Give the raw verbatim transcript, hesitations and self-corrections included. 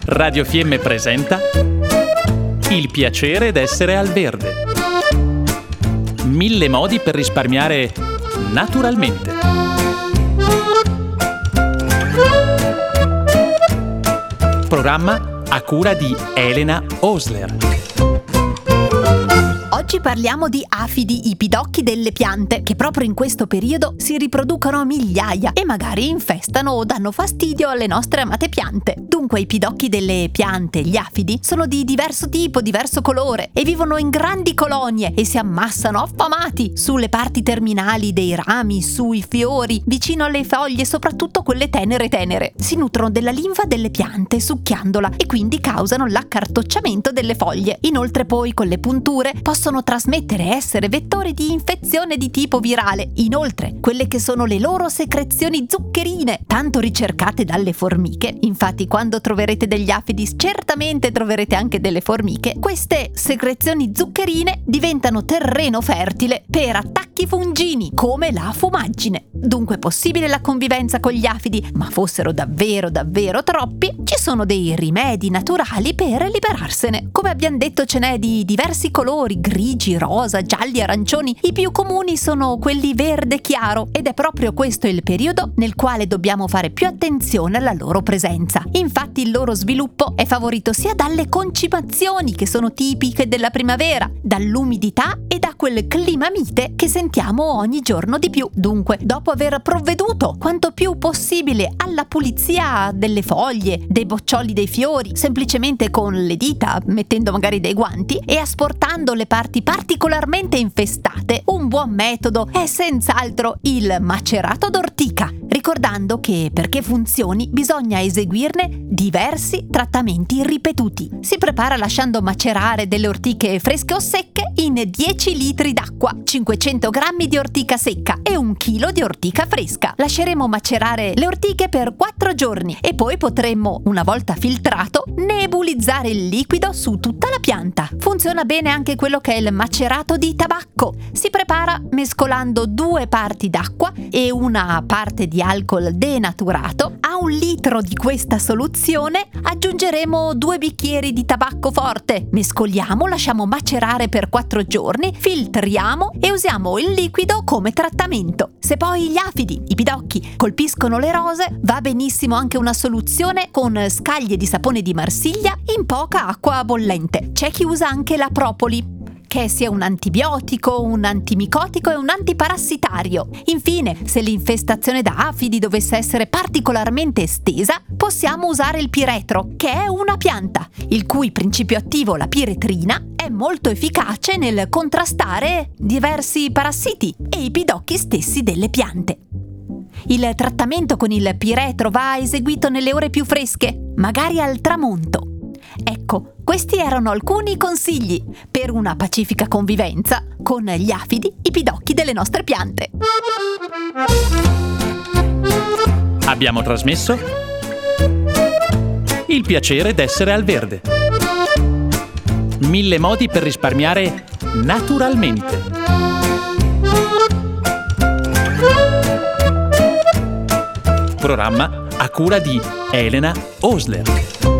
Radio Fiemme presenta Il piacere d'essere al verde. Mille modi per risparmiare naturalmente. Programma a cura di Elena Osler. Oggi parliamo di afidi, i pidocchi delle piante, che proprio in questo periodo si riproducono a migliaia e magari infestano o danno fastidio alle nostre amate piante. Dunque i pidocchi delle piante, gli afidi, sono di diverso tipo, diverso colore e vivono in grandi colonie e si ammassano affamati sulle parti terminali dei rami, sui fiori, vicino alle foglie, soprattutto quelle tenere tenere. Si nutrono della linfa delle piante succhiandola e quindi causano l'accartocciamento delle foglie. Inoltre poi con le punture possono trasmettere e essere vettori di infezione di tipo virale. Inoltre, quelle che sono le loro secrezioni zuccherine, tanto ricercate dalle formiche, infatti quando troverete degli afidi certamente troverete anche delle formiche, queste secrezioni zuccherine diventano terreno fertile per attacchi fungini come la fumaggine. Dunque è possibile la convivenza con gli afidi, ma fossero davvero davvero troppi, ci sono dei rimedi naturali per liberarsene. Come abbiamo detto ce n'è di diversi colori, grigi, rosa, gialli, arancioni. I più comuni sono quelli verde chiaro ed è proprio questo il periodo nel quale dobbiamo fare più attenzione alla loro presenza. Infatti il loro sviluppo è favorito sia dalle concimazioni che sono tipiche della primavera, dall'umidità e da quel clima mite che sentiamo ogni giorno di più. Dunque, dopo aver provveduto quanto più possibile alla pulizia delle foglie, dei boccioli dei fiori, semplicemente con le dita, mettendo magari dei guanti e asportando le parti particolarmente infestate, un buon metodo è senz'altro il macerato d'ortica, ricordando che perché funzioni bisogna eseguirne diversi trattamenti ripetuti. Si prepara lasciando macerare delle ortiche fresche o secche in dieci litri d'acqua, cinquecento grammi di ortica secca e un chilo di ortica fresca. Lasceremo macerare le ortiche per quattro giorni e poi potremo, una volta filtrato, nebulizzare il liquido su tutta la pianta. Funziona bene anche quello che è il macerato di tabacco. Si prepara mescolando due parti d'acqua e una parte di alcol denaturato. A un litro di questa soluzione aggiungeremo due bicchieri di tabacco forte. Mescoliamo, lasciamo macerare per quattro giorni, filtriamo e usiamo il liquido come trattamento. Se poi gli afidi, i pidocchi, colpiscono le rose, va benissimo anche una soluzione con scaglie di sapone di Marsiglia in poca acqua bollente. C'è chi usa anche la propoli, che sia un antibiotico, un antimicotico e un antiparassitario. Infine, se l'infestazione da afidi dovesse essere particolarmente estesa, possiamo usare il piretro, che è una pianta, il cui principio attivo, la piretrina, è molto efficace nel contrastare diversi parassiti e i pidocchi stessi delle piante. Il trattamento con il piretro va eseguito nelle ore più fresche, magari al tramonto. Ecco, questi erano alcuni consigli per una pacifica convivenza con gli afidi, i pidocchi delle nostre piante. Abbiamo trasmesso Il piacere d'essere al verde. Mille modi per risparmiare naturalmente. Programma a cura di Elena Osler.